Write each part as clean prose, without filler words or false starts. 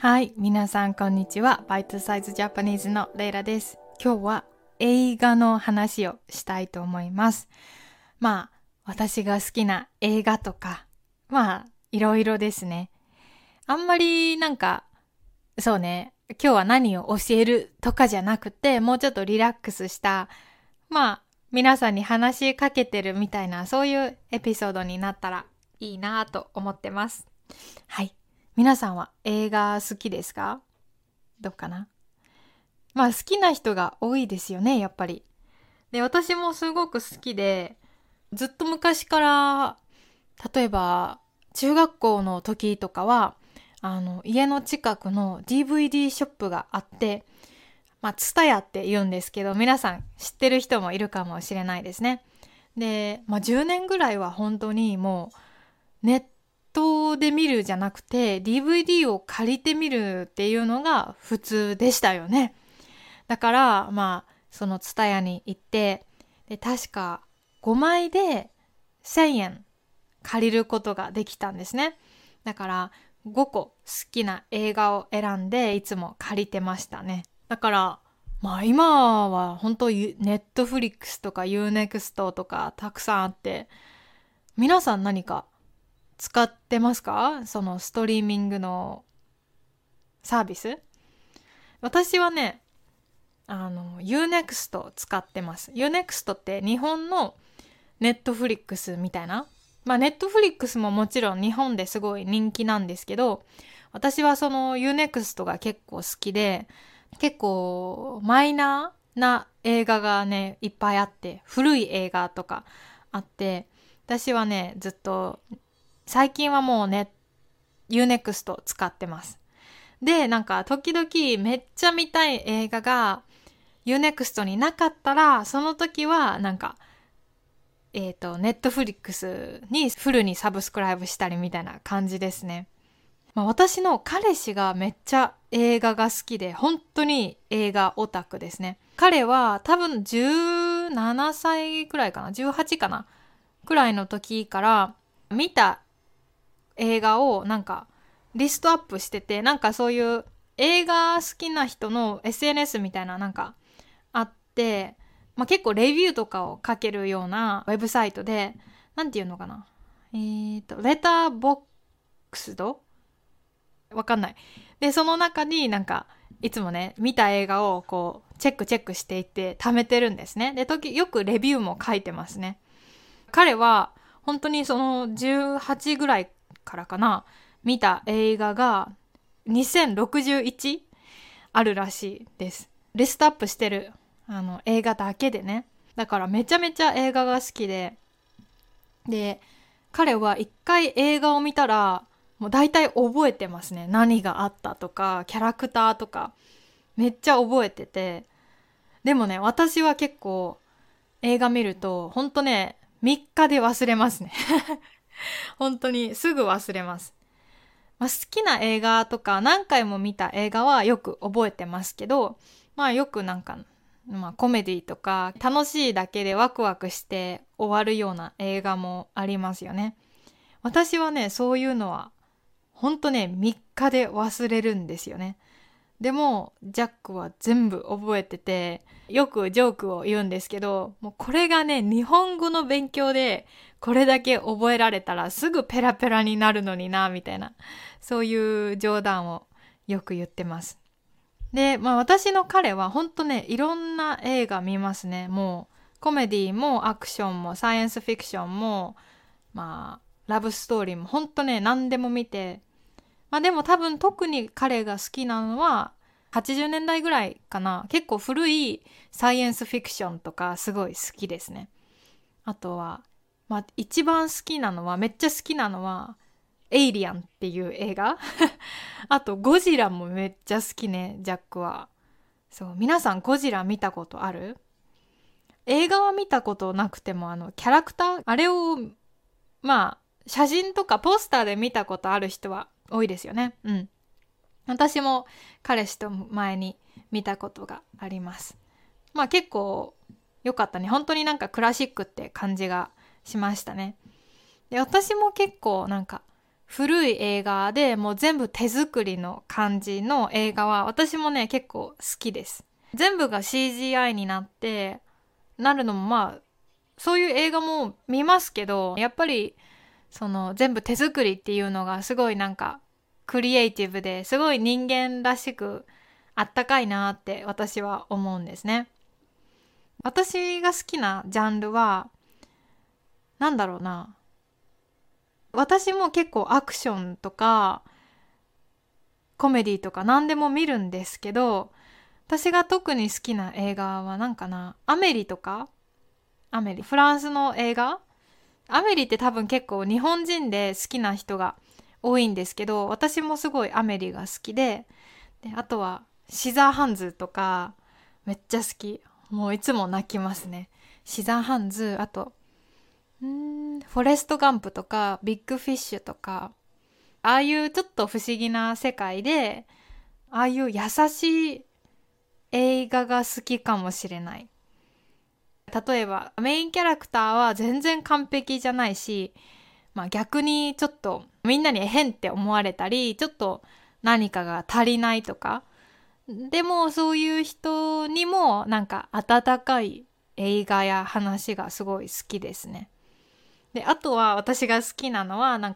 はい、皆さんこんにちは。バイトサイズジャパニーズのレイラです。今日は映画の話をしたいと思います。私が好きな映画とか、いろいろですね。あんまりそうね、今日は何を教えるとかじゃなくて、もうちょっとリラックスした、皆さんに話しかけてるみたいな、そういうエピソードになったらいいなと思ってます。はい。皆さんは映画好きですか？どうかな？好きな人が多いですよね、やっぱり。で、私もすごく好きで、ずっと昔から、例えば、中学校の時とかは、家の近くの DVD ショップがあって、TSUTAYAって言うんですけど、皆さん知ってる人もいるかもしれないですね。で、10年ぐらいは本当にもう、ネットで見るじゃなくて DVD を借りてみるっていうのが普通でしたよね。だからそのTSUTAYAに行って、で確か5枚で1000円借りることができたんですね。だから5個好きな映画を選んでいつも借りてましたね。だから今は本当ネットフリックスとか UNEXT とかたくさんあって、皆さん何か使ってますか？そのストリーミングのサービス。私はね、UNEXT 使ってます。UNEXT って日本のネットフリックスみたいな。ネットフリックスももちろん日本ですごい人気なんですけど、私はその UNEXT が結構好きで、結構マイナーな映画がね、いっぱいあって、古い映画とかあって、私はね、ずっと最近はもうね、UNEXT 使ってます。で、時々めっちゃ見たい映画が UNEXT になかったら、その時はNetflix にフルにサブスクライブしたりみたいな感じですね。私の彼氏がめっちゃ映画が好きで、本当に映画オタクですね。彼は多分17歳くらいかな、18かなくらいの時から見た映画をリストアップしてて、そういう映画好きな人の SNS みたいなあって、結構レビューとかを書けるようなウェブサイトで、なんていうのかな、レターボックスドわかんない。で、その中にいつもね、見た映画をこう、チェックしていって貯めてるんですね。で、よくレビューも書いてますね。彼は、本当にその18ぐらいからかな、見た映画が2061あるらしいです。リストアップしてる映画だけでね。だからめちゃめちゃ映画が好きで、で、彼は一回映画を見たら、もう大体覚えてますね。何があったとか、キャラクターとか、めっちゃ覚えてて。でもね、私は結構映画見ると、ほんとね、3日で忘れますね。本当にすぐ忘れます。好きな映画とか何回も見た映画はよく覚えてますけど、よくコメディとか楽しいだけでワクワクして終わるような映画もありますよね。私はね、そういうのはほんとね、3日で忘れるんですよね。でも、ジャックは全部覚えてて、よくジョークを言うんですけど、もうこれがね、日本語の勉強で、これだけ覚えられたらすぐペラペラになるのにな、みたいな、そういう冗談をよく言ってます。で、私の彼はほんとね、いろんな映画見ますね。もう、コメディもアクションもサイエンスフィクションも、ラブストーリーもほんとね、何でも見て、でも多分特に彼が好きなのは80年代ぐらいかな。結構古いサイエンスフィクションとかすごい好きですね。あとは、一番好きなのは、めっちゃ好きなのは、エイリアンっていう映画あとゴジラもめっちゃ好きね、ジャックは。そう、皆さんゴジラ見たことある？映画は見たことなくても、キャラクター、あれを、写真とかポスターで見たことある人は多いですよね。うん。私も彼氏と前に見たことがあります。結構良かったね。本当にクラシックって感じがしましたね。で、私も結構古い映画でもう全部手作りの感じの映画は私もね結構好きです。全部が CGI になってなるのもそういう映画も見ますけど、やっぱりその全部手作りっていうのがすごいなんかクリエイティブですごい人間らしくあったかいなって私は思うんですね。私が好きなジャンルはなんだろうな、私も結構アクションとかコメディとか何でも見るんですけど、私が特に好きな映画はなんかな、アメリとか、フランスの映画、アメリって多分結構日本人で好きな人が多いんですけど、私もすごいアメリが好きで、あとはシザーハンズとかめっちゃ好き。もういつも泣きますね。シザーハンズ、あとフォレストガンプとかビッグフィッシュとか、ああいうちょっと不思議な世界で、ああいう優しい映画が好きかもしれない。例えばメインキャラクターは全然完璧じゃないし、逆にちょっとみんなに変って思われたり、ちょっと何かが足りないとか、でもそういう人にもなんか温かい映画や話がすごい好きですね。で、あとは私が好きなのは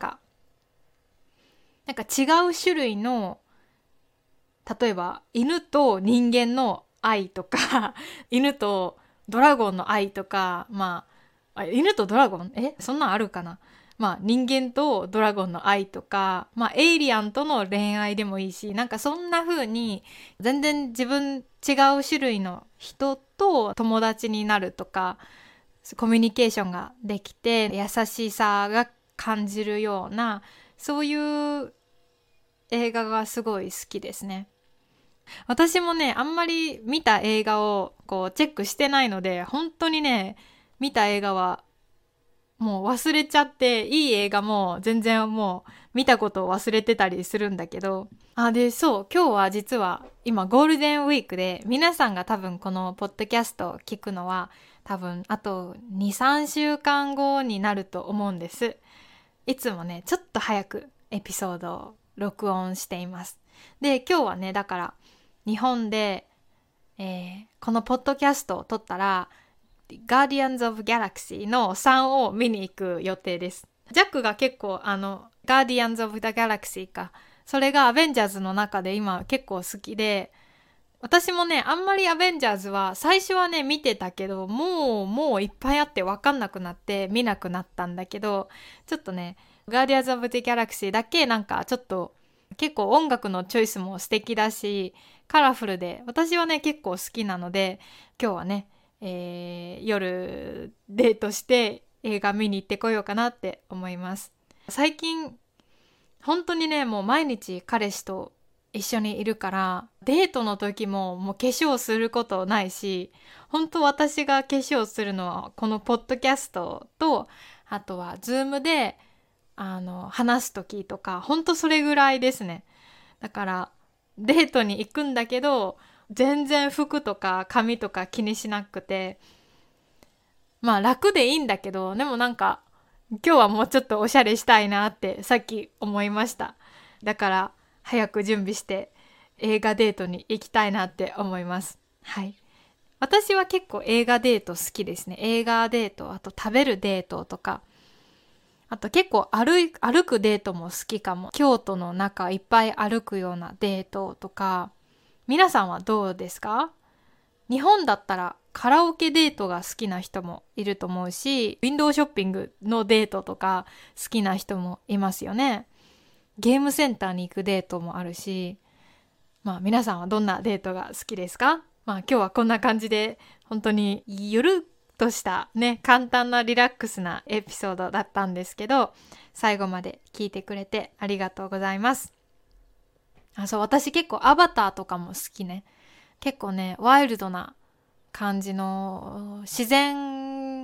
なんか違う種類の、例えば犬と人間の愛とか犬とドラゴンの愛とか、犬とドラゴンそんなんあるかな。人間とドラゴンの愛とか、エイリアンとの恋愛でもいいし、なんかそんな風に全然自分違う種類の人と友達になるとか、コミュニケーションができて優しさが感じるような、そういう映画がすごい好きですね。私もね、あんまり見た映画をこうチェックしてないので、本当にね、見た映画はもう忘れちゃって、いい映画も全然もう見たことを忘れてたりするんだけど、そう、今日は実は今ゴールデンウィークで、皆さんが多分このポッドキャストを聞くのは多分あと2、3週間後になると思うんです。いつもね、ちょっと早くエピソードを録音しています。で、今日はね、だから日本で、このポッドキャストを撮ったら、Guardians of Galaxy の3を見に行く予定です。ジャックが結構Guardians of the Galaxy か。それがアベンジャーズの中で今結構好きで、私もね、あんまりアベンジャーズは最初はね、見てたけど、もういっぱいあって分かんなくなって見なくなったんだけど、ちょっとね、Guardians of the Galaxy だけなんかちょっと結構音楽のチョイスも素敵だし、カラフルで、私はね、結構好きなので、今日はね、夜デートして映画見に行ってこようかなって思います。最近本当にね、もう毎日彼氏と一緒にいるから、デートの時ももう化粧することないし、本当私が化粧するのはこのポッドキャストと、あとはズームで話す時とか、本当それぐらいですね。だからデートに行くんだけど、全然服とか髪とか気にしなくて、楽でいいんだけど、でもなんか今日はもうちょっとおしゃれしたいなってさっき思いました。だから早く準備して映画デートに行きたいなって思います。はい。私は結構映画デート好きですね。映画デート、あと食べるデートとか、あと結構歩くデートも好きかも。京都の中いっぱい歩くようなデートとか、皆さんはどうですか？日本だったらカラオケデートが好きな人もいると思うし、ウィンドウショッピングのデートとか好きな人もいますよね。ゲームセンターに行くデートもあるし、皆さんはどんなデートが好きですか？今日はこんな感じで本当にゆるっとしたね、簡単なリラックスなエピソードだったんですけど、最後まで聞いてくれてありがとうございます。そう、私結構アバターとかも好きね。結構ね、ワイルドな感じの自然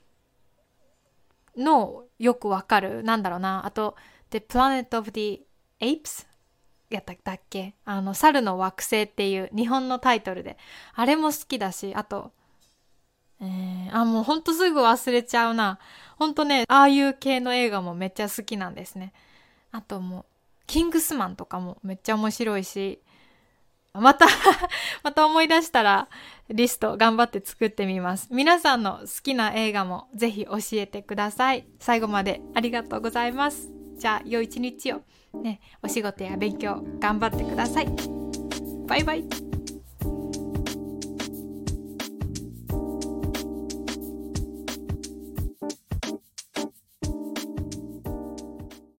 のよくわかる、なんだろうな、あと The Planet of the Apes やったっけ、猿の惑星っていう日本のタイトルで、あれも好きだし、あともうほんとすぐ忘れちゃうな。ほんとね、ああいう系の映画もめっちゃ好きなんですね。 あともうキングスマンとかもめっちゃ面白いし、また思い出したらリスト頑張って作ってみます。皆さんの好きな映画もぜひ教えてください。最後までありがとうございます。じゃあ良い一日をね、お仕事や勉強頑張ってください。バイバイ。